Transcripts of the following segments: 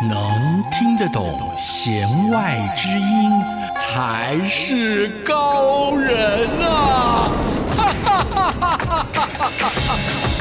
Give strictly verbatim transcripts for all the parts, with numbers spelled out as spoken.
能听得懂弦外之音，才是高人啊！哈哈哈哈哈哈哈哈！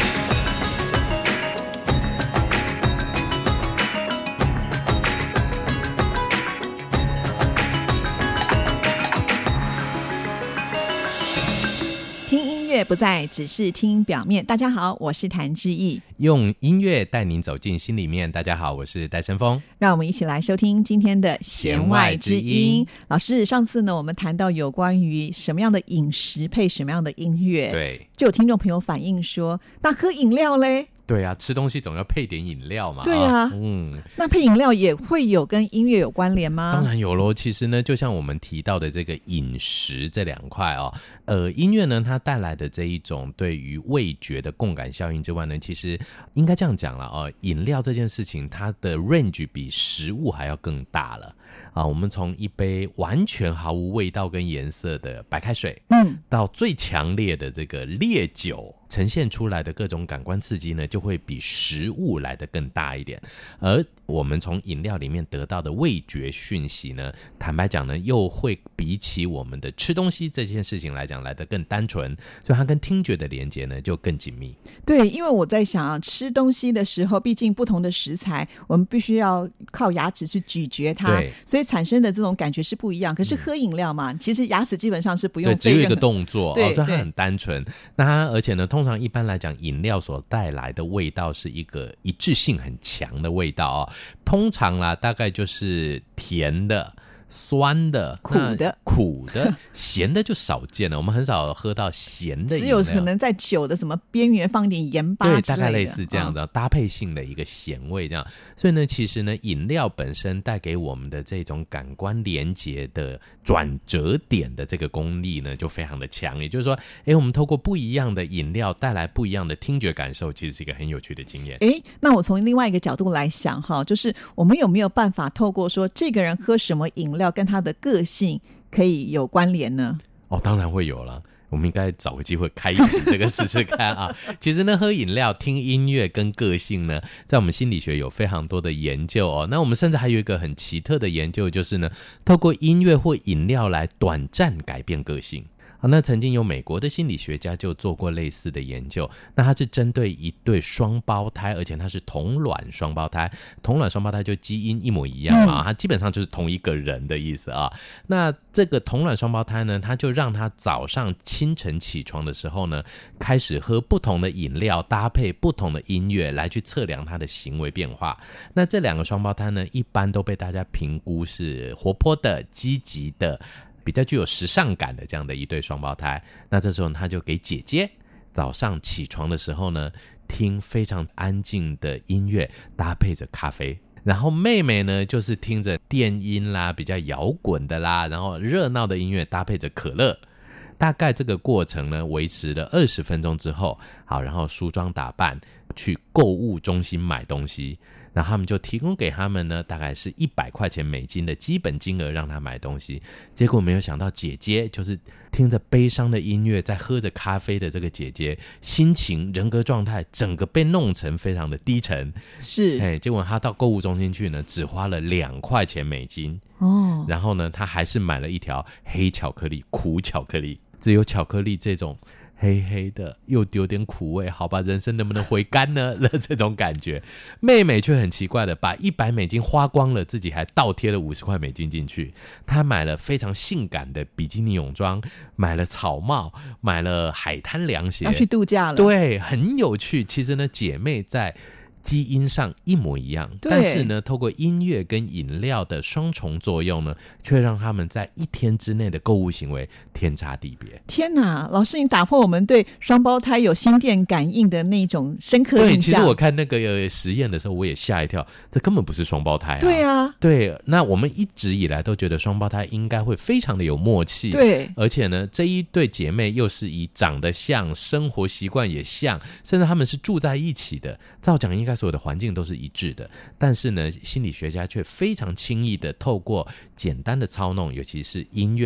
不再只是听表面。大家好，我是谭志毅， 用音乐带您走进心里面。大家好，我是戴胜峰。 让我们一起来收听今天的弦外之音。老师，上次呢我们谈到有关于什么样的饮食配什么样的音乐， 对， 就有听众朋友反映说，那喝饮料嘞？ 对啊，吃东西总要配点饮料嘛。 对啊， 嗯， 那配饮料也会有跟音乐有关联吗？ 当然有咯。其实呢，就像我们提到的这个饮食这两块哦，呃，音乐呢它带来的这一种对于味觉的共感效应之外呢，其实应该这样讲了哦，饮料这件事情它的 range 比食物还要更大了啊。我们从一杯完全毫无味道跟颜色的白开水，嗯，到最强烈的这个烈酒，呈现出来的各种感官刺激呢，就会比食物来得更大一点。而我们从饮料里面得到的味觉讯息呢，坦白讲呢，又会比起我们的吃东西这件事情来讲来得更单纯，所以它跟听觉的连接呢就更紧密。 对，因为我在想啊，吃东西的时候，毕竟不同的食材，我们必须要靠牙齿去咀嚼它，所以产生的这种感觉是不一样。可是喝饮料嘛，嗯、其实牙齿基本上是不用， 对，只有一个动作， 对， 哦、所以它很单纯。那它而且呢，通常一般来讲，饮料所带来的味道是一个一致性很强的味道哦。通常啦，大概就是甜的、酸的、 苦的、 苦的、咸的就少见了。我们很少喝到咸的饮料， 只有可能在酒的什么边缘放点盐巴之类的， 对，大概类似这样的、嗯、搭配性的一个咸味这样。所以呢，其实呢，饮料本身带给我们的这种感官连结的转折点的这个功力呢，就非常的强。也就是说，哎，我们透过不一样的饮料带来不一样的听觉感受，其实是一个很有趣的经验。 哎，那我从另外一个角度来想哈，就是我们有没有办法透过说这个人喝什么饮料跟他的个性可以有关联呢？ 哦，当然会有了。我们应该找个机会开一集这个试试看啊。其实呢，喝饮料、听音乐跟个性呢，在我们心理学有非常多的研究哦。那我们甚至还有一个很奇特的研究，就是呢，透过音乐或饮料来短暂改变个性。啊、那曾经有美国的心理学家就做过类似的研究，那他是针对一对双胞胎，而且他是同卵双胞胎，同卵双胞胎就基因一模一样嘛，他、嗯、基本上就是同一个人的意思啊。那这个同卵双胞胎呢，他就让他早上清晨起床的时候呢，开始喝不同的饮料，搭配不同的音乐来去测量他的行为变化。那这两个双胞胎呢，一般都被大家评估是活泼的、积极的，比较具有时尚感的这样的一对双胞胎。那这时候他就给姐姐早上起床的时候呢，听非常安静的音乐搭配着咖啡，然后妹妹呢就是听着电音啦，比较摇滚的啦，然后热闹的音乐搭配着可乐。大概这个过程呢维持了二十分钟之后，好，然后梳妆打扮去购物中心买东西，然后他们就提供给他们呢大概是一百块钱美金的基本金额让他买东西。结果没有想到姐姐就是听着悲伤的音乐在喝着咖啡的这个姐姐，心情人格状态整个被弄成非常的低沉， 是， 哎，结果他到购物中心去呢只花了两块钱美金哦，然后呢他还是买了一条黑巧克力苦巧克力。只有巧克力这种黑黑的又有点苦味，好吧，人生能不能回甘呢的这种感觉。妹妹却很奇怪的把一百美金花光了，自己还倒贴了五十块美金进去。她买了非常性感的比基尼泳装，买了草帽，买了海滩凉鞋， 要去度假了。 对，很有趣。其实呢，姐妹在基因上一模一样，但是呢，透过音乐跟饮料的双重作用呢，却让他们在一天之内的购物行为天差地别。 天哪，老师，你打破我们对双胞胎有心电感应的那种深刻印象。 对，其实我看那个实验的时候，我也吓一跳，这根本不是双胞胎啊。 对啊， 对，那我们一直以来都觉得双胞胎应该会非常的有默契。 对， 而且呢，这一对姐妹又是以长得像、生活习惯也像，甚至他们是住在一起的，照讲应该所有的环境都是一致的，但是呢，心理学家却非常轻易的透过简单的操弄，尤其是音乐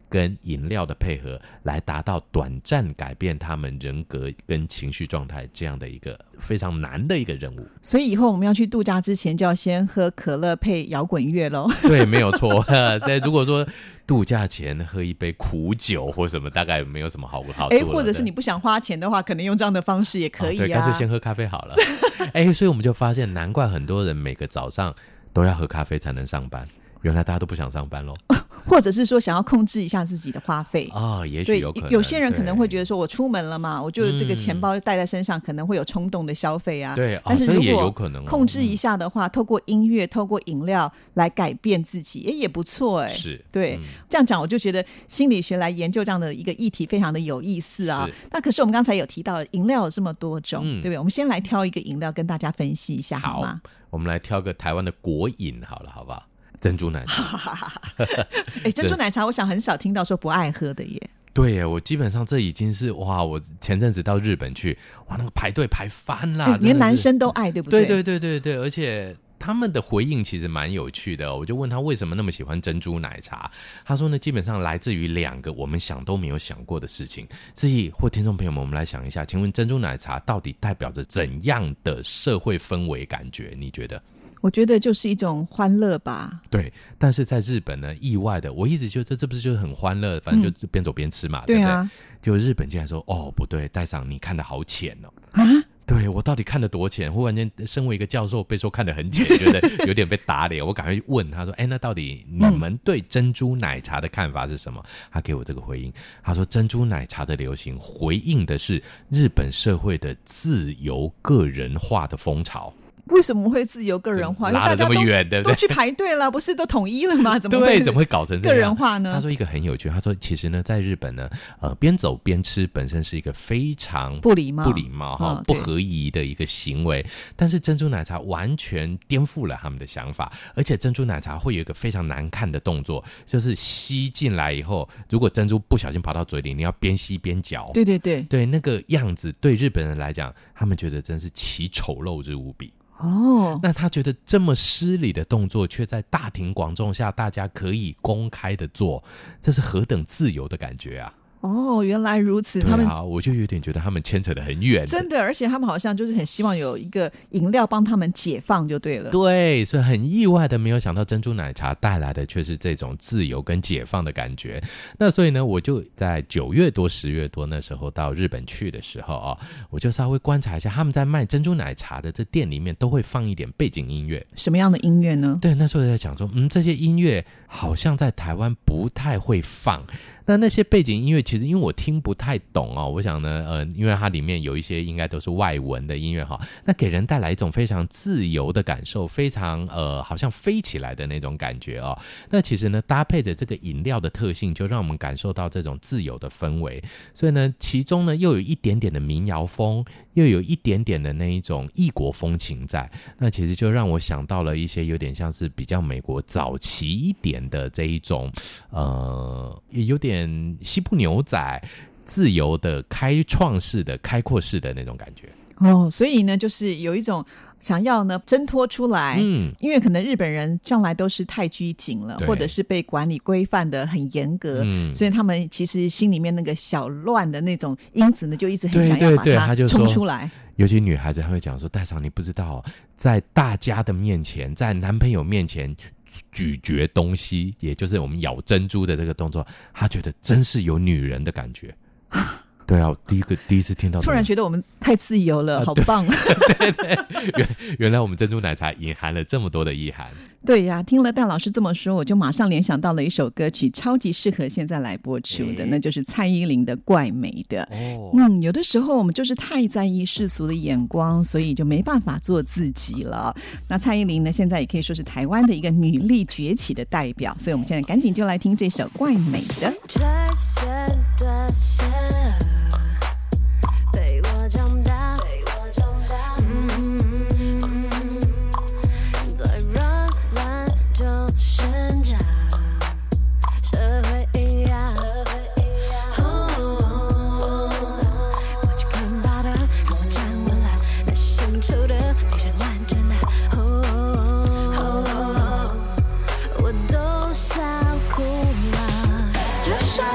跟饮料的配合，来达到短暂改变他们人格跟情绪状态这样的一个非常难的一个任务。 所以以后我们要去度假之前，就要先喝可乐配摇滚乐咯。 对，没有错。但如果说度假前喝一杯苦酒或什么，大概没有什么好好做的。 或者是你不想花钱的话，可能用这样的方式也可以啊。哦、 对，干脆先喝咖啡好了。哎，所以我们就发现，难怪很多人每个早上都要喝咖啡才能上班，原来大家都不想上班咯。 或者是说想要控制一下自己的花费啊、哦，也许有可能。 有些人可能会觉得说，我出门了嘛，我就这个钱包带在身上，可能会有冲动的消费啊。 对， 但是如果控制一下的话，透过音乐、透过饮料来改变自己，也也不错哎。 是， 对、嗯，这样讲我就觉得心理学来研究这样的一个议题非常的有意思啊。那可是我们刚才有提到，饮料有这么多种，嗯、对不对？我们先来挑一个饮料跟大家分析一下，好吗？ 好，我们来挑个台湾的国饮好了，好不好？珍珠奶茶。 哎，珍珠奶茶我想很少听到说不爱喝的耶。 对耶，我基本上这已经是哇，我前阵子到日本去，哇，那个排队排翻啦， 连男生都爱，对不对？ 对对对对对，而且他们的回应其实蛮有趣的。我就问他为什么那么喜欢珍珠奶茶，他说呢，基本上来自于两个我们想都没有想过的事情。所以或听众朋友们，我们来想一下，请问珍珠奶茶到底代表着怎样的社会氛围感觉？你觉得？ 我觉得就是一种欢乐吧。 对，但是在日本呢，意外的，我一直觉得这不是就是很欢乐，反正就边走边吃嘛，嗯、对不对？对啊。就日本竟然说，哦，不对，戴上你看得好浅哦。啊？对，我到底看得多浅？忽然间，身为一个教授，被说看得很浅，觉得有点被打脸。我赶快问他说：“哎，那到底你们对珍珠奶茶的看法是什么？”他给我这个回应，他说：“珍珠奶茶的流行回应的是日本社会的自由个人化的风潮。” 为什么会自由个人化？ 拉得这么远，对不对？ 都去排队了，不是都统一了吗？怎么会对？怎么会搞成这样个人化呢？ 他说一个很有趣，他说其实呢，在日本呢，呃，边走边吃本身是一个非常不礼貌、 不礼貌哈、哦、不合宜的一个行为。但是珍珠奶茶完全颠覆了他们的想法，而且珍珠奶茶会有一个非常难看的动作，就是吸进来以后，如果珍珠不小心跑到嘴里，你要边吸边嚼。 对对对对，那个样子对日本人来讲，他们觉得真是奇丑陋之无比。 哦， 那他觉得这么失礼的动作，却在大庭广众下大家可以公开的做，这是何等自由的感觉啊！ 哦，原来如此。他们啊，我就有点觉得他们牵扯得很远， 真的，而且他们好像就是很希望有一个饮料帮他们解放就对了。 对，所以很意外的没有想到珍珠奶茶带来的却是这种自由跟解放的感觉。那所以呢，我就在九月多十月多那时候到日本去的时候啊，我就稍微观察一下他们在卖珍珠奶茶的这店里面都会放一点背景音乐。 什么样的音乐呢？ 对，那时候在想说，嗯，这些音乐好像在台湾不太会放。那那些背景音乐其实因为我听不太懂哦，我想呢，呃，因为它里面有一些应该都是外文的音乐哈，那给人带来一种非常自由的感受，非常呃好像飞起来的那种感觉哦。那其实呢，搭配着这个饮料的特性，就让我们感受到这种自由的氛围。所以呢，其中呢又有一点点的民谣风，又有一点点的那一种异国风情在。那其实就让我想到了一些有点像是比较美国早期一点的这一种，呃，也有点。西部牛仔自由的开创式的开阔式的那种感觉哦，所以呢就是有一种想要呢挣脱出来，嗯，因为可能日本人向来都是太拘谨了，或者是被管理规范的很严格，嗯，所以他们其实心里面那个小乱的那种因子呢就一直很想要把它冲出来。 尤其女孩子还会讲说，戴上你不知道在大家的面前，在男朋友面前咀嚼东西，也就是我们咬珍珠的这个动作，她觉得真是有女人的感觉。对啊，第一个第一次听到， 突然觉得我们太自由了，啊、好棒！ 对对，原原来我们珍珠奶茶隐含了这么多的意涵。 对呀、啊，听了戴老师这么说，我就马上联想到了一首歌曲，超级适合现在来播出的，那就是蔡依林的《怪美的》。哦，嗯，有的时候我们就是太在意世俗的眼光，所以就没办法做自己了。那蔡依林呢，现在也可以说是台湾的一个女力崛起的代表，所以我们现在赶紧就来听这首《怪美的》。就算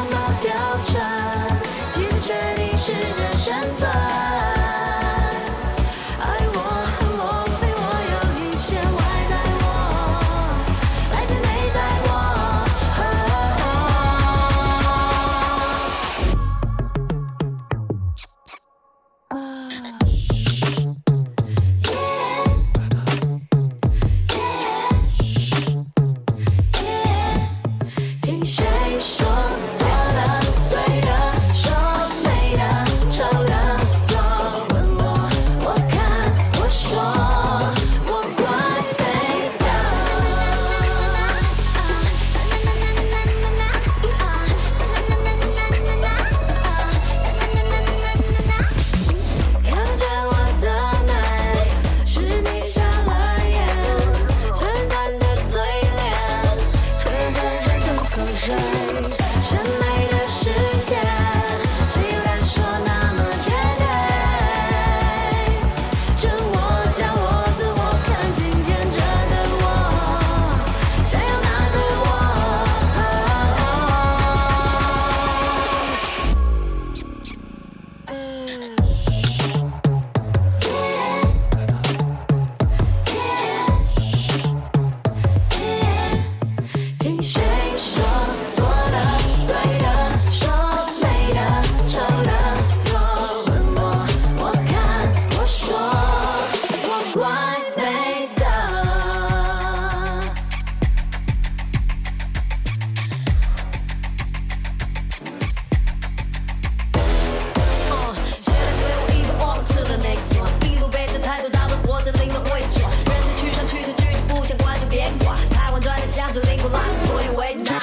怪美的。像着灵魂拉丝，所以为难。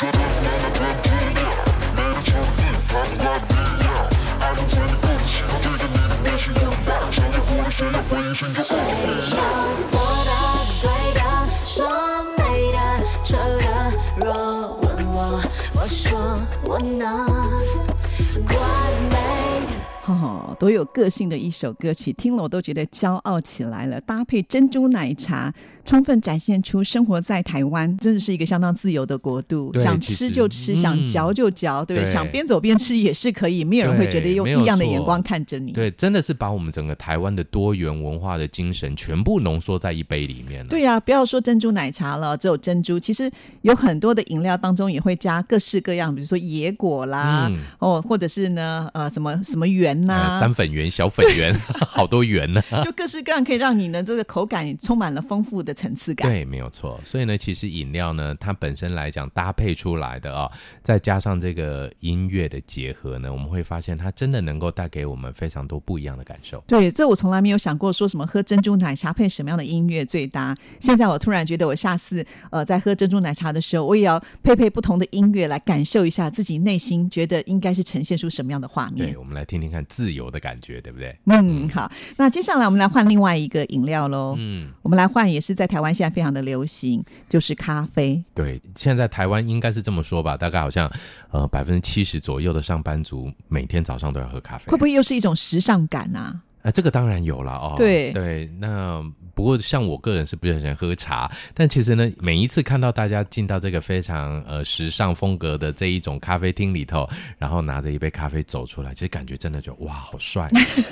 谁说做的、对的、说美的、丑的？若问我，我说我能怪美。 哦，多有个性的一首歌曲，听了我都觉得骄傲起来了。搭配珍珠奶茶，充分展现出生活在台湾真的是一个相当自由的国度，想吃就吃，想嚼就嚼，对不对？想边走边吃也是可以，没有人会觉得用异样的眼光看着你。 对，真的是把我们整个台湾的多元文化的精神全部浓缩在一杯里面了。 对啊，不要说珍珠奶茶了，只有珍珠，其实有很多的饮料当中也会加各式各样，比如说野果啦，嗯、哦，或者是呢，呃，什么什么圆呐、啊呃， 三粉圆、小粉圆，好多圆呢、啊， 就各式各样，可以让你呢这个口感充满了丰富的层次感。 对，没有错。所以呢，其实饮料呢，它本身来讲搭配出来的啊、哦，再加上这个音乐的结合呢，我们会发现它真的能够带给我们非常多不一样的感受。 对，这我从来没有想过说什么喝珍珠奶茶配什么样的音乐最搭。现在我突然觉得，我下次呃在喝珍珠奶茶的时候，我也要配配不同的音乐来感受一下自己内心觉得应该是呈现出什么样的画面。 对，我们来听听看自由的感觉，对不对？ 嗯，好。那接下来我们来换另外一个饮料咯。嗯，我们来换也是在台湾现在非常的流行，就是咖啡。 对，现在台湾应该是这么说吧，大概好像呃百分之七十左右的上班族每天早上都要喝咖啡。 会不会又是一种时尚感啊？ 啊，这个当然有了哦。 对对，那不过像我个人是不是很喜欢喝茶，但其实呢，每一次看到大家进到这个非常呃时尚风格的这一种咖啡厅里头，然后拿着一杯咖啡走出来，其实感觉真的就哇好帅，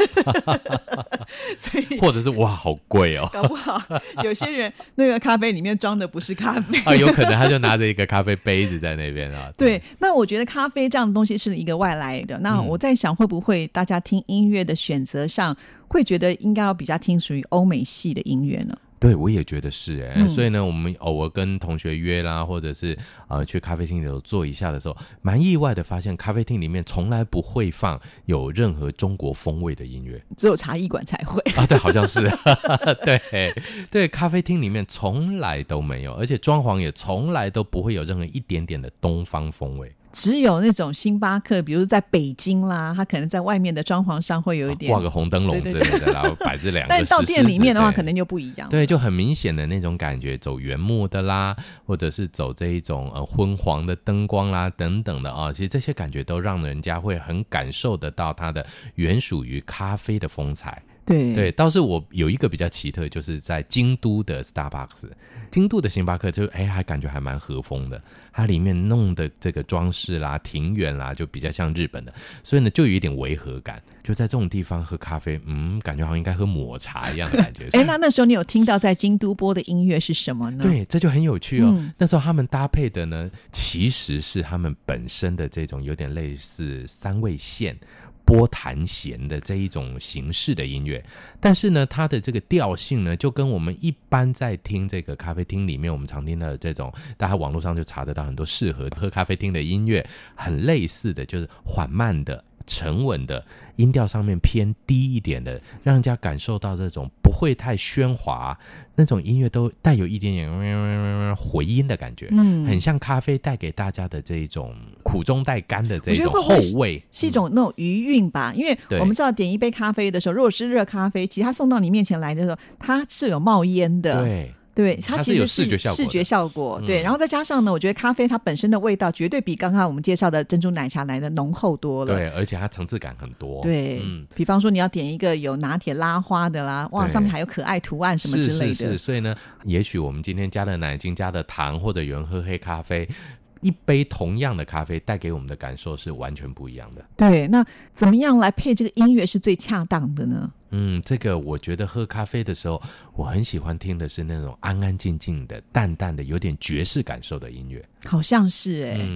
所以或者是哇好贵哦， 搞不好有些人那个咖啡里面装的不是咖啡啊，有可能他就拿着一个咖啡杯子在那边啊。 对，那我觉得咖啡这样的东西是一个外来的，那我在想会不会大家听音乐的选择上会觉得应该要比较听属于欧美系的音乐呢？ 对，我也觉得是哎、嗯，所以呢，我们偶尔跟同学约啦，或者是呃去咖啡厅里头坐一下的时候，蛮意外的发现，咖啡厅里面从来不会放有任何中国风味的音乐， 只有茶艺馆才会啊，对，好像是，对对，咖啡厅里面从来都没有，而且装潢也从来都不会有任何一点点的东方风味。 只有那种星巴克，比如在北京啦，它可能在外面的装潢上会有一点、 啊、挂个红灯笼之类的，然后摆这两个但到店里面的话可能就不一样。 对，就很明显的那种感觉，走原木的啦，或者是走这一种呃昏黄的灯光啦等等的啊，其实这些感觉都让人家会很感受得到它的原属于咖啡的风采。 对对，倒是我有一个比较奇特，就是在京都的 Starbucks， 京都的星巴克就哎还感觉还蛮和风的，它里面弄的这个装饰啦、庭园啦，就比较像日本的，所以呢就有一点违和感。就在这种地方喝咖啡，嗯，感觉好像应该喝抹茶一样的感觉。 哎，那那时候你有听到在京都播的音乐是什么呢？ 对，这就很有趣哦。嗯、那时候他们搭配的呢，其实是他们本身的这种有点类似三味线。拨弹弦的这一种形式的音乐，但是呢它的这个调性呢就跟我们一般在听这个咖啡厅里面我们常听到的这种，大家网络上就查得到很多适合喝咖啡厅的音乐很类似的，就是缓慢的沉稳的，音调上面偏低一点的，让人家感受到这种不会太喧哗，那种音乐都带有一点点回音的感觉，嗯，很像咖啡带给大家的这一种苦中带甘的这种后味， 是一种那种余韵吧。因为我们知道点一杯咖啡的时候，如果是热咖啡，其实它送到你面前来的时候，它是有冒烟的， 对。 对，它其实是视觉效果， 视觉效果对、嗯，然后再加上呢，我觉得咖啡它本身的味道绝对比刚刚我们介绍的珍珠奶茶来的浓厚多了。 对，而且它层次感很多。 对，嗯，比方说你要点一个有拿铁拉花的啦，哇，上面还有可爱图案什么之类的。 是是是，所以呢，也许我们今天加了奶精、加了糖，或者有人喝黑咖啡。一杯同样的咖啡带给我们的感受是完全不一样的。 对，那怎么样来配这个音乐是最恰当的呢？ 嗯，这个我觉得喝咖啡的时候，我很喜欢听的是那种安安静静的、淡淡的、有点爵士感受的音乐。 好像是哎、欸。嗯。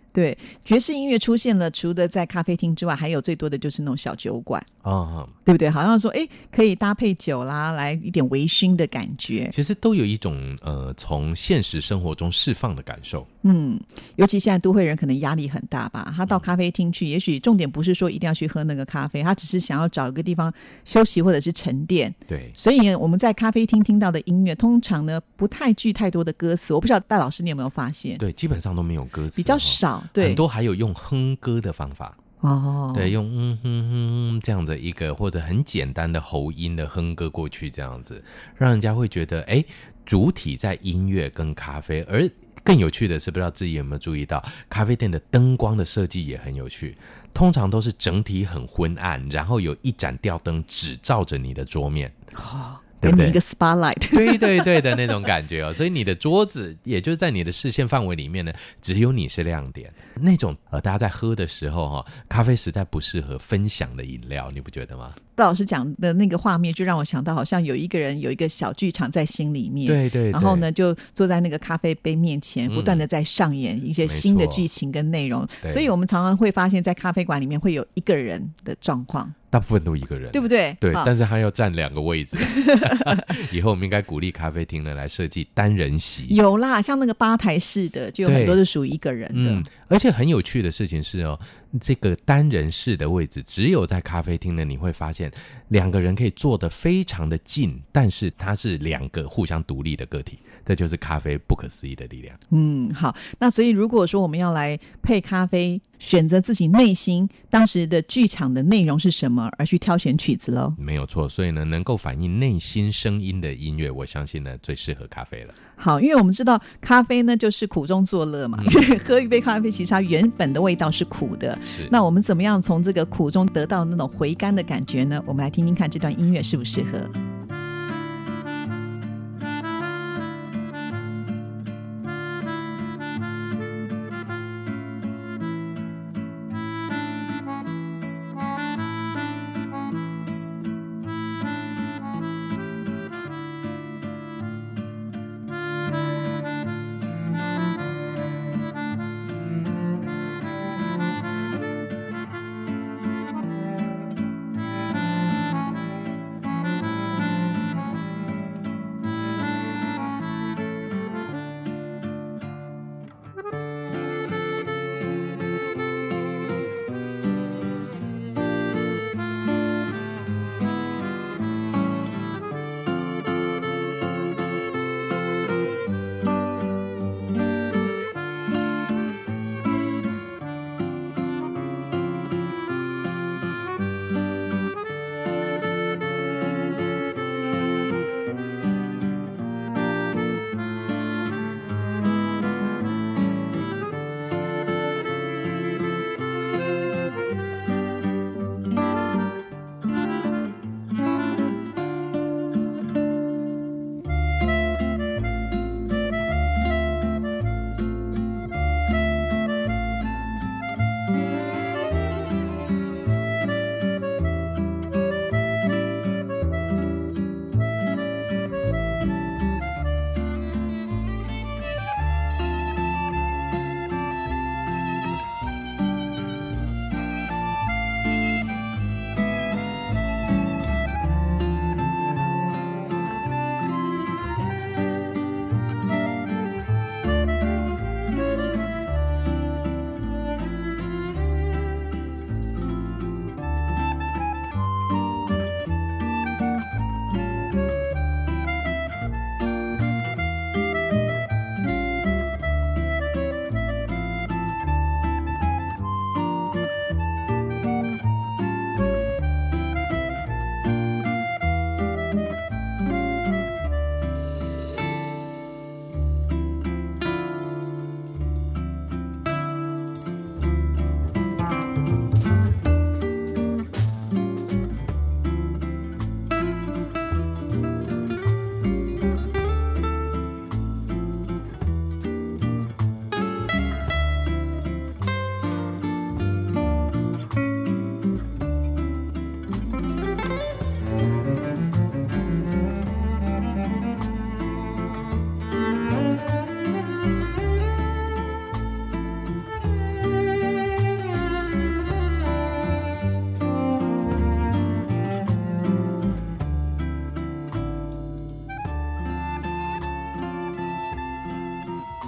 对，爵士音乐出现了，除了在咖啡厅之外，还有最多的就是那种小酒馆， 哦， 对不对？好像说，哎，可以搭配酒啦，来一点微醺的感觉。 其实都有一种呃，从现实生活中释放的感受。 嗯，尤其现在都会人可能压力很大吧，他到咖啡厅去，也许重点不是说一定要去喝那个咖啡，他只是想要找一个地方休息或者是沉淀。 对， 所以我们在咖啡厅听到的音乐，通常呢不太具太多的歌词。我不知道戴老师你有没有发现？ 对，基本上都没有歌词， 比较少。对， 很多还有用哼歌的方法。 哦， 对，用嗯哼哼这样的一个或者很简单的喉音的哼歌过去，这样子让人家会觉得，哎，主体在音乐跟咖啡。而更有趣的是，不知道自己有没有注意到，咖啡店的灯光的设计也很有趣，通常都是整体很昏暗，然后有一盏吊灯只照着你的桌面。 哦， 对不对？ 给你一个 spotlight， 对对对的那种感觉哦，所以你的桌子也就是在你的视线范围里面呢，只有你是亮点。那种呃，大家在喝的时候哈、哦，咖啡实在不适合分享的饮料，你不觉得吗？ 戴老师讲的那个画面，就让我想到好像有一个人有一个小剧场在心里面， 对 对, 对， 然后呢就坐在那个咖啡杯面前，不断的在上演一些新的剧情跟内容。所以我们常常会发现，在咖啡馆里面会有一个人的状况。 大部分都一个人， 对不对？ 对，但是他要占两个位置。以后我们应该鼓励咖啡厅呢来设计单人席。 有啦，像那个吧台式的，就有很多是属于一个人的。 嗯，而且很有趣的事情是哦，这个单人式的位置，只有在咖啡厅呢，你会发现两个人可以坐得非常的近，但是它是两个互相独立的个体，这就是咖啡不可思议的力量。 嗯，好，那所以如果说我们要来配咖啡，选择自己内心当时的剧场的内容是什么，而去挑选曲子咯。 没有错，所以呢，能够反映内心声音的音乐，我相信呢，最适合咖啡了。 好，因为我们知道咖啡呢就是苦中作乐嘛，因为喝一杯咖啡其实它原本的味道是苦的， 是。 那我们怎么样从这个苦中得到那种回甘的感觉呢？我们来听听看这段音乐适不适合。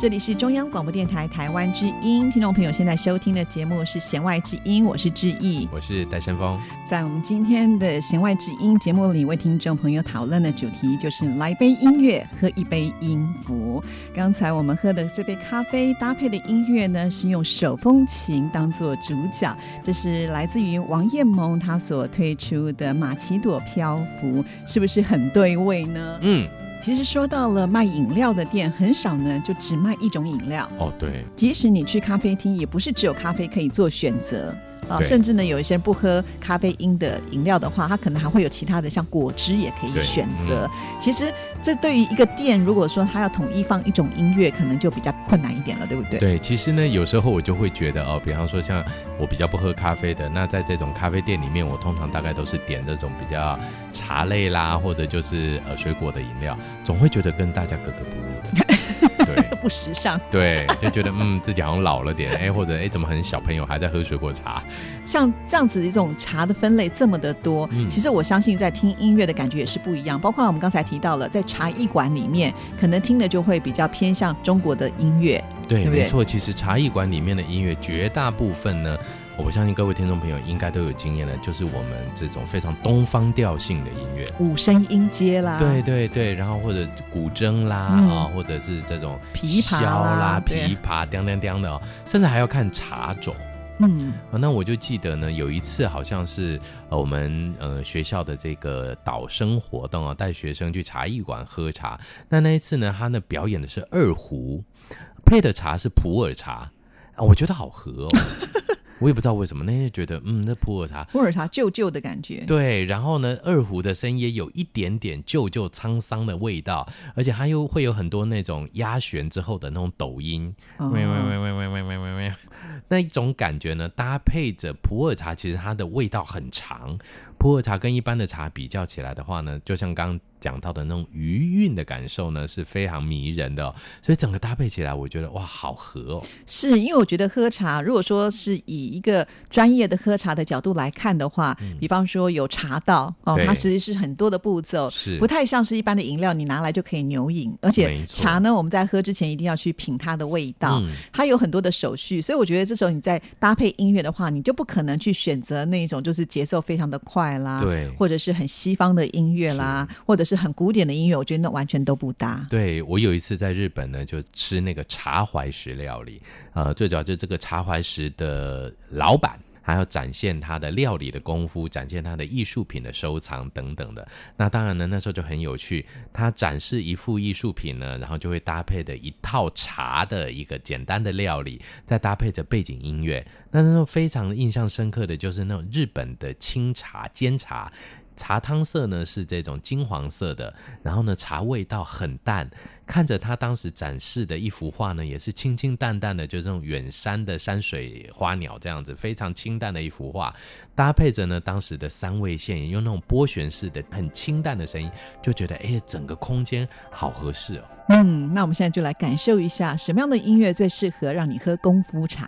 这里是中央广播电台台湾之音，听众朋友现在收听的节目是弦外之音，我是志毅， 我是戴胜峰。 在我们今天的弦外之音节目里，为听众朋友讨论的主题就是来杯音乐，喝一杯音符。刚才我们喝的这杯咖啡搭配的音乐呢，是用手风琴当做主角，这是来自于王彦萌他所推出的马奇朵漂浮，是不是很对味呢？ 嗯， 其实说到了卖饮料的店，很少呢就只卖一种饮料哦。对， 即使你去咖啡厅，也不是只有咖啡可以做选择啊， 对甚至呢有一些人不喝咖啡因的饮料的话，他可能还会有其他的像果汁也可以选择。其实这对于一个店，如果说他要统一放一种音乐，可能就比较困难一点了，对不对？ 对，其实呢有时候我就会觉得哦，比方说像我比较不喝咖啡的，那在这种咖啡店里面，我通常大概都是点这种比较茶类啦，或者就是呃水果的饮料，总会觉得跟大家格格不入的。对， 不时尚。 对，就觉得嗯自己好像老了点，哎，或者哎怎么很小朋友还在喝水果茶？ 像这样子一种茶的分类这么的多、嗯、其实我相信在听音乐的感觉也是不一样，包括我们刚才提到了在茶艺馆里面可能听的就会比较偏向中国的音乐。 对， 对, 对， 没错，其实茶艺馆里面的音乐绝大部分呢，我相信各位听众朋友应该都有经验的，就是我们这种非常东方调性的音乐， 五声音阶啦， 对对对，然后或者古筝啦、嗯啊、或者是这种琵琶啦、琵琶叮叮叮的、哦、甚至还要看茶种。嗯、啊，那我就记得呢，有一次好像是、呃、我们呃学校的这个导生活动啊，带学生去茶艺馆喝茶。那那一次呢，他呢表演的是二胡，配的茶是普洱茶、啊、我觉得好喝哦。我也不知道为什么，那天觉得嗯，那普洱茶， 普洱茶旧旧的感觉。对， 然后呢，二胡的声音也有一点点旧旧沧桑的味道，而且它又会有很多那种压弦之后的那种抖音，喂喂喂喂喂喂喂喂喂，那一种感觉呢，搭配着普洱茶，其实它的味道很长。普洱茶跟一般的茶比较起来的话呢，就像刚刚讲到的那种余韵的感受呢，是非常迷人的、哦，所以整个搭配起来，我觉得哇，好合哦。 是因为我觉得喝茶，如果说是以一个专业的喝茶的角度来看的话，嗯、比方说有茶道哦，它其实是很多的步骤，是不太像是一般的饮料，你拿来就可以牛饮。而且茶呢，我们在喝之前一定要去品它的味道，嗯、它有很多的手续，所以我觉得这时候你在搭配音乐的话，你就不可能去选择那种就是节奏非常的快啦，对，或者是很西方的音乐啦，或者是很古典的音乐，我觉得那完全都不搭。 对，我有一次在日本呢，就吃那个茶怀石料理，呃，最主要就是这个茶怀石的老板还要展现他的料理的功夫，展现他的艺术品的收藏等等的。那当然呢，那时候就很有趣，他展示一副艺术品呢，然后就会搭配的一套茶的一个简单的料理，再搭配着背景音乐。那那时候非常印象深刻的就是那种日本的清茶煎茶，茶汤色呢是这种金黄色的，然后呢茶味道很淡。看着他当时展示的一幅画呢，也是清清淡淡的，就这种远山的山水花鸟这样子，非常清淡的一幅画，搭配着呢当时的三味线，也用那种拨弦式的很清淡的声音，就觉得哎，整个空间好合适哦。 嗯，那我们现在就来感受一下，什么样的音乐最适合让你喝功夫茶。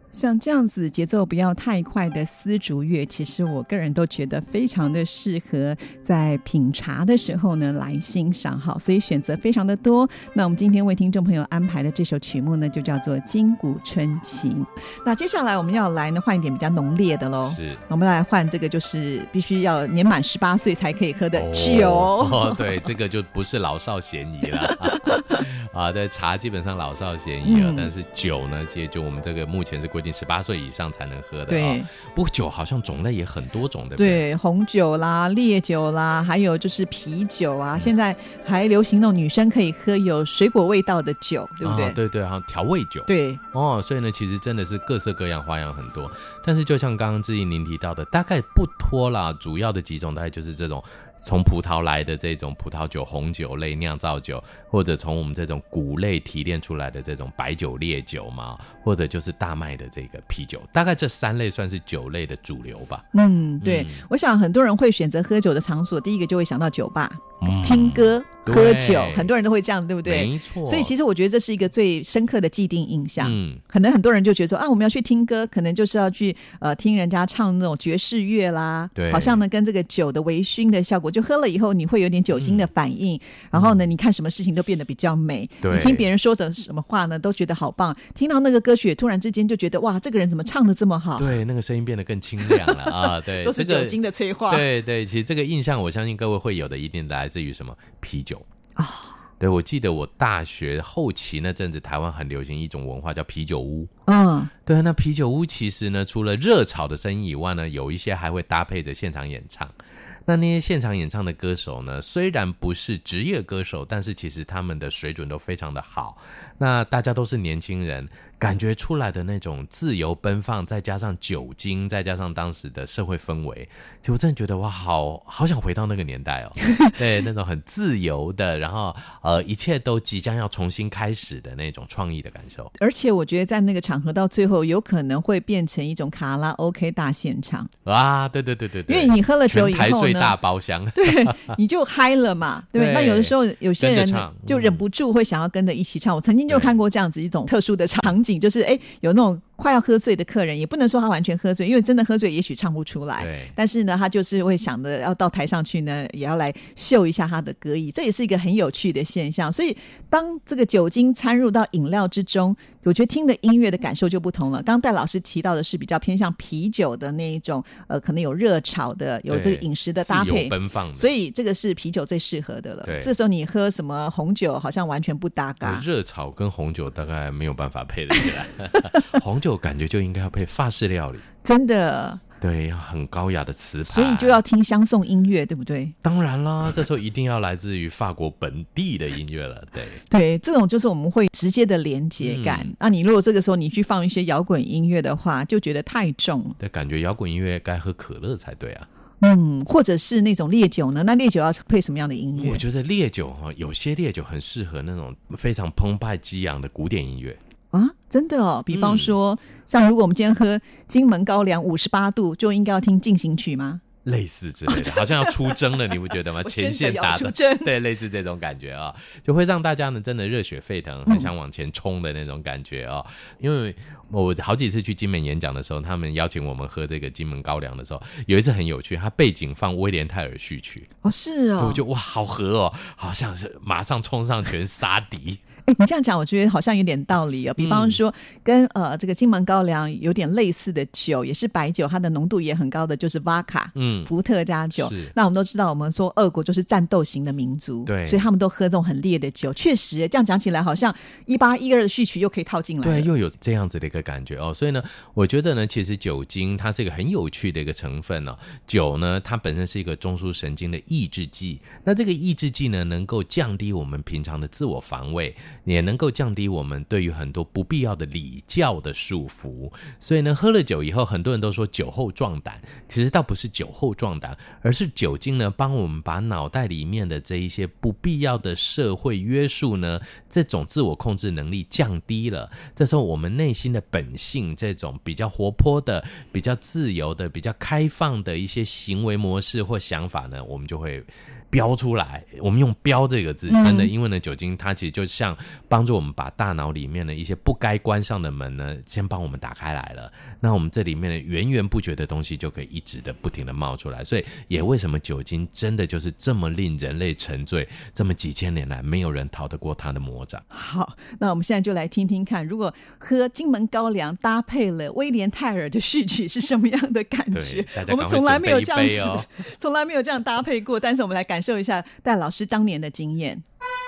像这样子节奏不要太快的丝竹乐，其实我个人都觉得非常的适合在品茶的时候呢来欣赏，好，所以选择非常的多。那我们今天为听众朋友安排的这首曲目呢，就叫做《金谷春情》。那接下来我们要来呢换一点比较浓烈的咯，是，我们来换这个就是必须要年满十八岁才可以喝的酒。 哦，哦对，这个就不是老少咸宜了。啊，对，茶基本上老少咸宜了，嗯，但是酒呢，其实就我们这个目前是规定十八岁以上才能喝的。对，哦，不过酒好像种类也很多种的。 对，红酒啦、烈酒啦，还有就是啤酒啊，嗯，现在还流行那种女生可以喝有水果味道的酒，对不对？ 啊，对对，好像调味酒。 对， 哦，所以呢，其实真的是各色各样，花样很多。但是就像刚刚志毅您提到的，大概不脱啦，主要的几种大概就是这种从葡萄来的这种葡萄酒、红酒类酿造酒，或者从我们这种谷类提炼出来的这种白酒、烈酒嘛，或者就是大麦的这个啤酒，大概这三类算是酒类的主流吧。 嗯，对，嗯，我想很多人会选择喝酒的场所，第一个就会想到酒吧，嗯，听歌喝酒，很多人都会这样，对不对？ 没错。 所以其实我觉得这是一个最深刻的既定印象。嗯，可能很多人就觉得说啊，我们要去听歌，可能就是要去呃听人家唱那种爵士乐啦，对，好像呢跟这个酒的微醺的效果，就喝了以后你会有点酒精的反应，嗯，然后呢你看什么事情都变得比较美，你听别人说的什么话呢都觉得好棒，听到那个歌曲突然之间就觉得哇，这个人怎么唱得这么好？ 对，那个声音变得更清亮了啊！对， 都是酒精的催化。 这个，对对，其实这个印象我相信各位会有的，一定来自于什么？啤酒啊。哦，对，我记得我大学后期那阵子，台湾很流行一种文化叫啤酒屋。嗯，对，那啤酒屋其实呢，除了热炒的声音以外呢，有一些还会搭配着现场演唱。那那些现场演唱的歌手呢，虽然不是职业歌手，但是其实他们的水准都非常的好。那大家都是年轻人，感觉出来的那种自由奔放，再加上酒精，再加上当时的社会氛围，其实我真的觉得哇，好好想回到那个年代哦。对，那种很自由的，然后呃，一切都即将要重新开始的那种创意的感受。 而且我觉得在那个场合到最后，有可能会变成一种卡拉 OK 大现场啊！对对对对对， 因为你喝了酒以后呢， 全台最大包厢， 对，你就嗨了嘛，对。对，那有的时候有些人就忍不住会想要跟着一起唱。我曾经就看过这样子一种特殊的场景，就是哎，有那种快要喝醉的客人，也不能说他完全喝醉，因为真的喝醉也许唱不出来，但是呢他就是会想着要到台上去呢，也要来秀一下他的歌艺，这也是一个很有趣的现象。所以当这个酒精掺入到饮料之中，我觉得听的音乐的感受就不同了。刚刚戴老师提到的是比较偏向啤酒的那一种，呃，可能有热炒的，有这个饮食的搭配， 自由奔放的， 所以这个是啤酒最适合的了。这时候你喝什么红酒好像完全不搭嘎， 热炒跟红酒大概没有办法配得起来。红酒感觉就应该要配法式料理， 真的。 对，要很高雅的词牌， 所以就要听相送音乐，对不对？ 当然啦，这时候一定要来自于法国本地的音乐了。对对，这种就是我们会直接的连结感。那、嗯啊、你如果这个时候你去放一些摇滚音乐的话，就觉得太重了。 对，感觉摇滚音乐该喝可乐才对啊。 嗯，或者是那种烈酒呢？那烈酒要配什么样的音乐？ 我觉得烈酒有些烈酒很适合那种非常澎湃激昂的古典音乐。 啊，真的哦，比方说、嗯、像如果我们今天喝金门高粱五十八度，就应该要听进行曲吗？ 类似之类的，好像要出征了，你不觉得吗？前线打的，对，类似这种感觉啊、哦，就会让大家呢真的热血沸腾，很想往前冲的那种感觉啊、哦嗯。因为我好几次去金门演讲的时候，他们邀请我们喝这个金门高粱的时候，有一次很有趣，他背景放威廉泰尔序曲。 哦，是哦， 我就哇，好喝哦，好像是马上冲上前杀敌。 欸、你这样讲我觉得好像有点道理哦。比方说跟、嗯、呃这个金门高粱有点类似的酒，也是白酒，它的浓度也很高的，就是 Vodka， 嗯，伏特加酒。那我们都知道，我们说俄国就是战斗型的民族，对，所以他们都喝这种很烈的酒。确实这样讲起来好像一八一二的序曲又可以套进来了， 对，又有这样子的一个感觉哦。所以呢我觉得呢其实酒精它是一个很有趣的一个成分哦。酒呢它本身是一个中枢神经的抑制剂，那这个抑制剂呢能够降低我们平常的自我防卫，也能够降低我们对于很多不必要的礼教的束缚。所以呢喝了酒以后，很多人都说酒后壮胆，其实倒不是酒后后壮胆，而是酒精呢帮我们把脑袋里面的这一些不必要的社会约束呢，这种自我控制能力降低了。这时候我们内心的本性，这种比较活泼的、比较自由的、比较开放的一些行为模式或想法呢，我们就会飙出来。我们用飙这个字真的，因为呢酒精它其实就像帮助我们把大脑里面的一些不该关上的门呢先帮我们打开来了，那我们这里面的源源不绝的东西就可以一直的不停的冒出来。所以也为什么酒精真的就是这么令人类沉醉，这么几千年来没有人逃得过它的魔掌。 好，那我们现在就来听听看，如果喝金门高粱搭配了威廉泰尔的序曲是什么样的感觉。我们从来没有这样子、哦、从来没有这样搭配过，但是我们来感受一下戴老师当年的经验。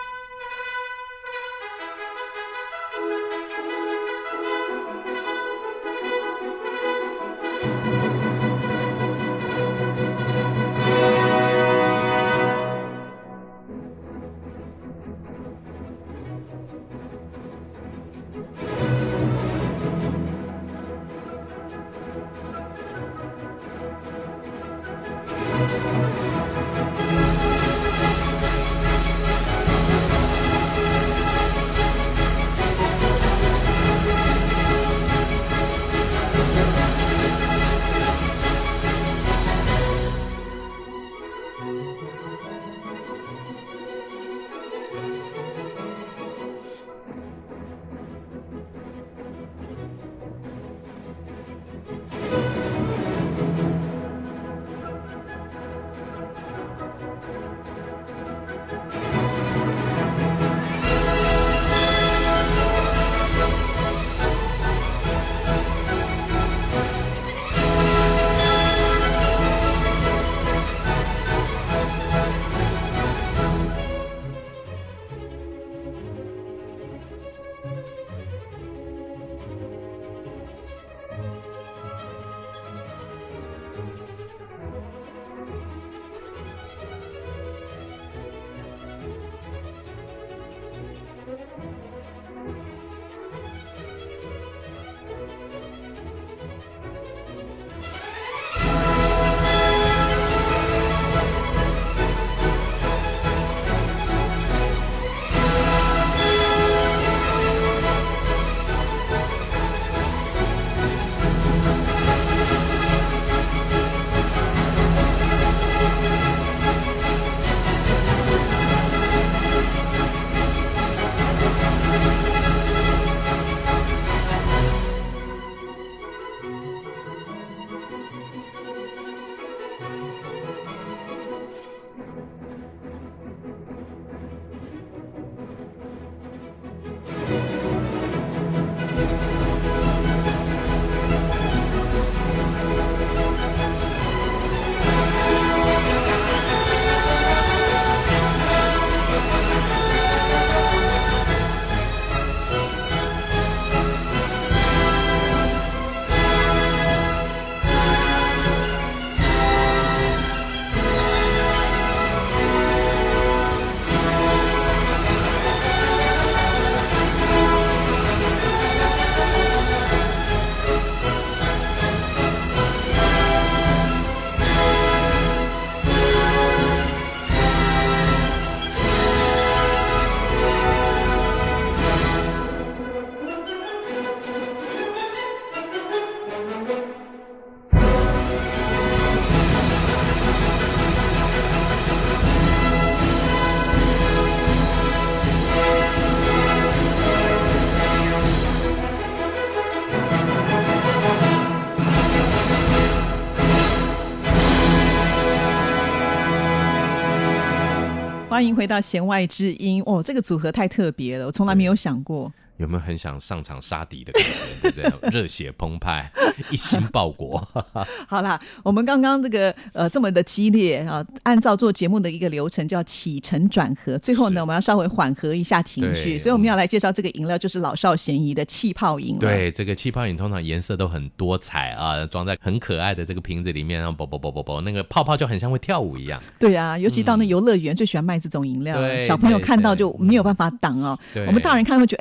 欢迎回到弦外之音。哦，这个组合太特别了，我从来没有想过。 有没有很想上场杀敌的感觉？对不对？热血澎湃，一心报国。 好啦，我们刚刚这个呃这么的激烈啊，按照做节目的一个流程叫起承转合，最后呢我们要稍微缓和一下情绪，所以我们要来介绍这个饮料，就是老少咸宜的气泡饮。 对，这个气泡饮通常颜色都很多彩啊，装在很可爱的这个瓶子里面，然后啵啵啵啵啵，那个泡泡就很像会跳舞一样。 对啊，尤其到那游乐园、嗯、最喜欢卖这种饮料，小朋友看到就没有办法挡哦。我们大人看会觉得哎呀那么多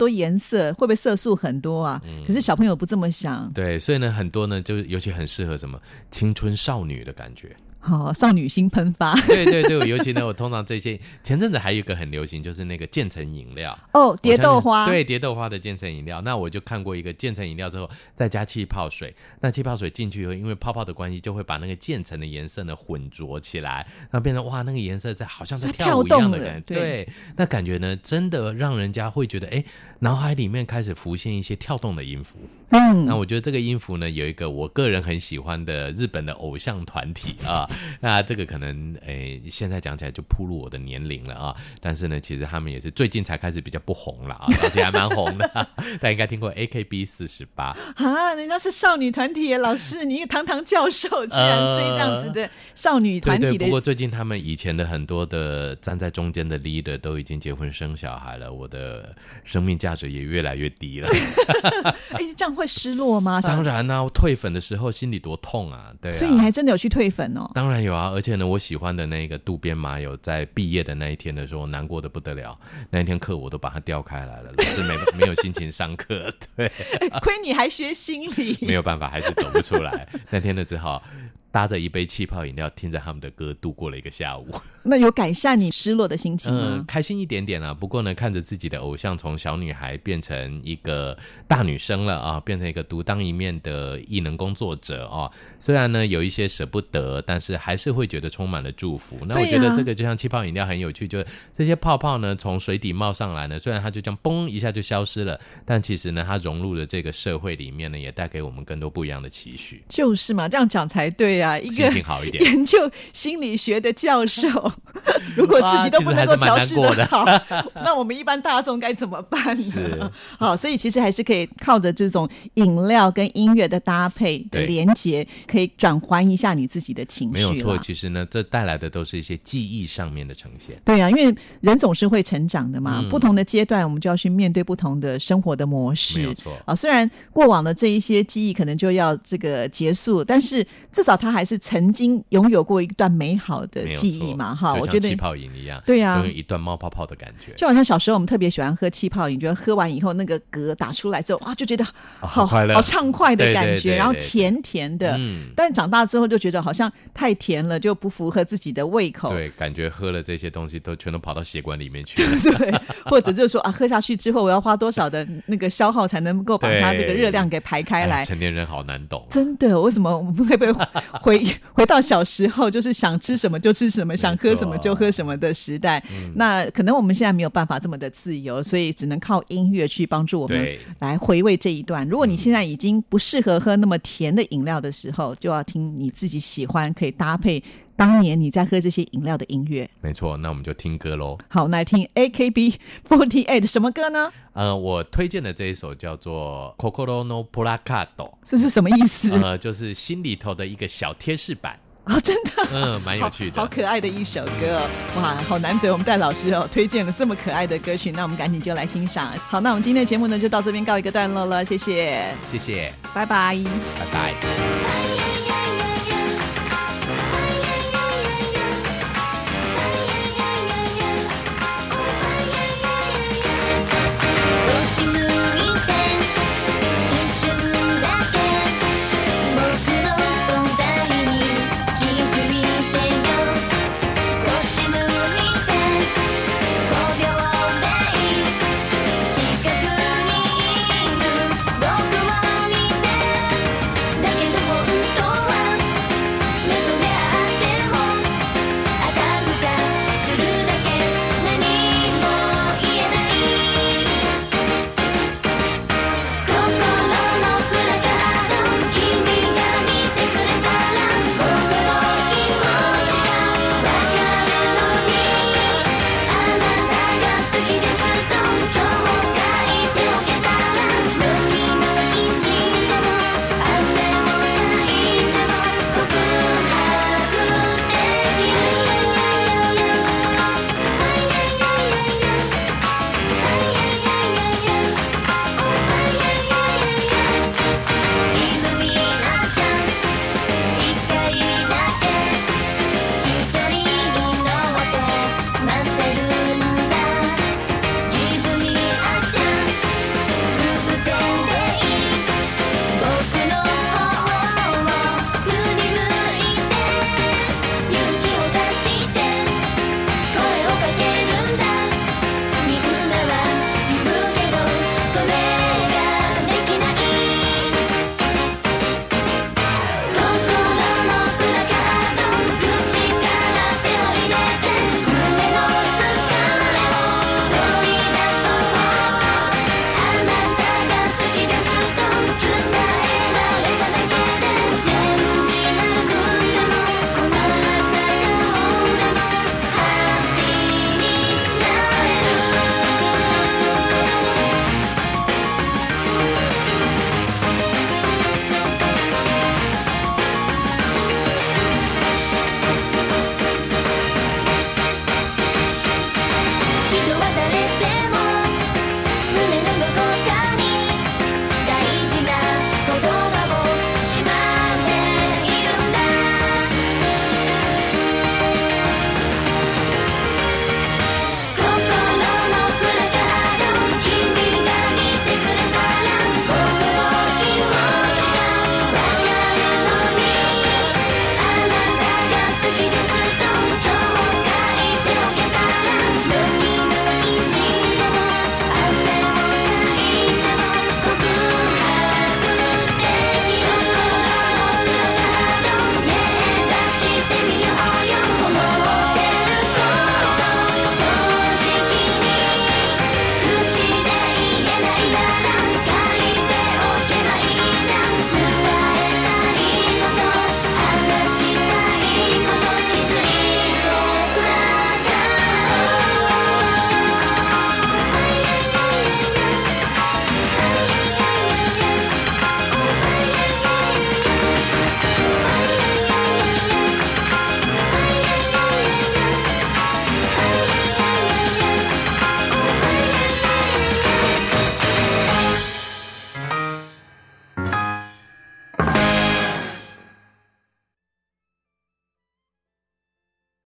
多颜色，会不会色素很多啊？嗯、可是小朋友不这么想。 对，所以呢，很多呢，就是尤其很适合什么青春少女的感觉。 好、哦，少女心喷发。 对对对，尤其呢，我通常这些前阵子还有一个很流行，就是那个渐层饮料哦，蝶豆花。 对，蝶豆花的渐层饮料。那我就看过一个渐层饮料之后，再加气泡水。那气泡水进去以后，因为泡泡的关系，就会把那个渐层的颜色呢混浊起来，然后变成哇，那个颜色在好像在跳舞一样的感觉。对, 对，那感觉呢，真的让人家会觉得，哎，脑海里面开始浮现一些跳动的音符。嗯，那我觉得这个音符呢，有一个我个人很喜欢的日本的偶像团体啊。那这个可能诶，现在讲起来就暴露我的年龄了啊。但是呢，其实他们也是最近才开始比较不红了啊，而且还蛮红的、啊。大家应该听过 A K B 四十八啊，人家是少女团体耶，老师，你一个堂堂教授居然追这样子的少女团体的、呃、对对。不过最近他们以前的很多的站在中间的 leader 都已经结婚生小孩了，我的生命价值也越来越低了。 哎，这样会失落吗？ 当然啊，退粉的时候心里多痛啊，对啊。 所以你还真的有去退粉哦？ 当然有啊，而且呢，我喜欢的那个渡边麻友在毕业的那一天的时候，难过的不得了。那一天课我都把它调开来了，老师没没有心情上课。对， 亏你还学心理， 没有办法，还是走不出来。那天呢，只好搭着一杯气泡饮料，听着他们的歌，度过了一个下午。 那有改善你失落的心情吗？ 嗯，开心一点点啊。不过呢，看着自己的偶像从小女孩变成一个大女生了啊，变成一个独当一面的艺能工作者啊。虽然呢有一些舍不得，但是还是会觉得充满了祝福。那我觉得这个就像气泡饮料很有趣，就这些泡泡呢从水底冒上来呢，虽然它就这样嘣一下就消失了，但其实呢它融入了这个社会里面呢，也带给我们更多不一样的期许。 就是嘛，这样讲才对啊。一个心情好一点， 研究心理学的教授，如果自己都不能够调试得好，那我们一般大众该怎么办呢？好，所以其实还是可以靠着这种饮料跟音乐的搭配的连结，可以转换一下你自己的情绪。 没有错，其实呢，这带来的都是一些记忆上面的呈现。 对啊，因为人总是会成长的嘛，嗯、不同的阶段我们就要去面对不同的生活的模式。 没有错啊，虽然过往的这一些记忆可能就要这个结束，但是至少它还是曾经拥有过一段美好的记忆嘛。哈，我觉得气泡饮一样， 对啊， 就有一段冒泡泡的感觉。 就好像小时候我们特别喜欢喝气泡饮，觉得喝完以后那个嗝打出来之后，哇，就觉得好、哦、好, 好畅快的感觉，对对对对对，然后甜甜的。嗯，但长大之后就觉得好像太甜了，就不符合自己的胃口。 对，感觉喝了这些东西都全都跑到血管里面去了。 对，或者就是说啊，喝下去之后我要花多少的那个消耗才能够把它这个热量给排开来。 成年人好难懂、啊， 真的。为什么我们会不会回回到小时候，就是想吃什么就吃什么，想喝什么就喝什么的时代？嗯、那可能我们现在没有办法这么的自由，所以只能靠音乐去帮助我们来回味这一段。如果你现在已经不适合喝那么甜的饮料的时候，就要听你自己喜欢可以搭配当年你在喝这些饮料的音乐。 没错，那我们就听歌咯。 好，那来听 A K B 四十八 什么歌呢？ 呃，我推荐的这一首叫做 Kokoro no Placard， 这是什么意思？ 呃，就是心里头的一个小贴士板。 哦，真的， 嗯，蛮有趣的， 好, 好可爱的一首歌哦！哇，好难得，我们戴老师哦推荐了这么可爱的歌曲，那我们赶紧就来欣赏。好，那我们今天的节目呢就到这边告一个段落了，谢谢， 谢谢， 拜拜， 拜拜。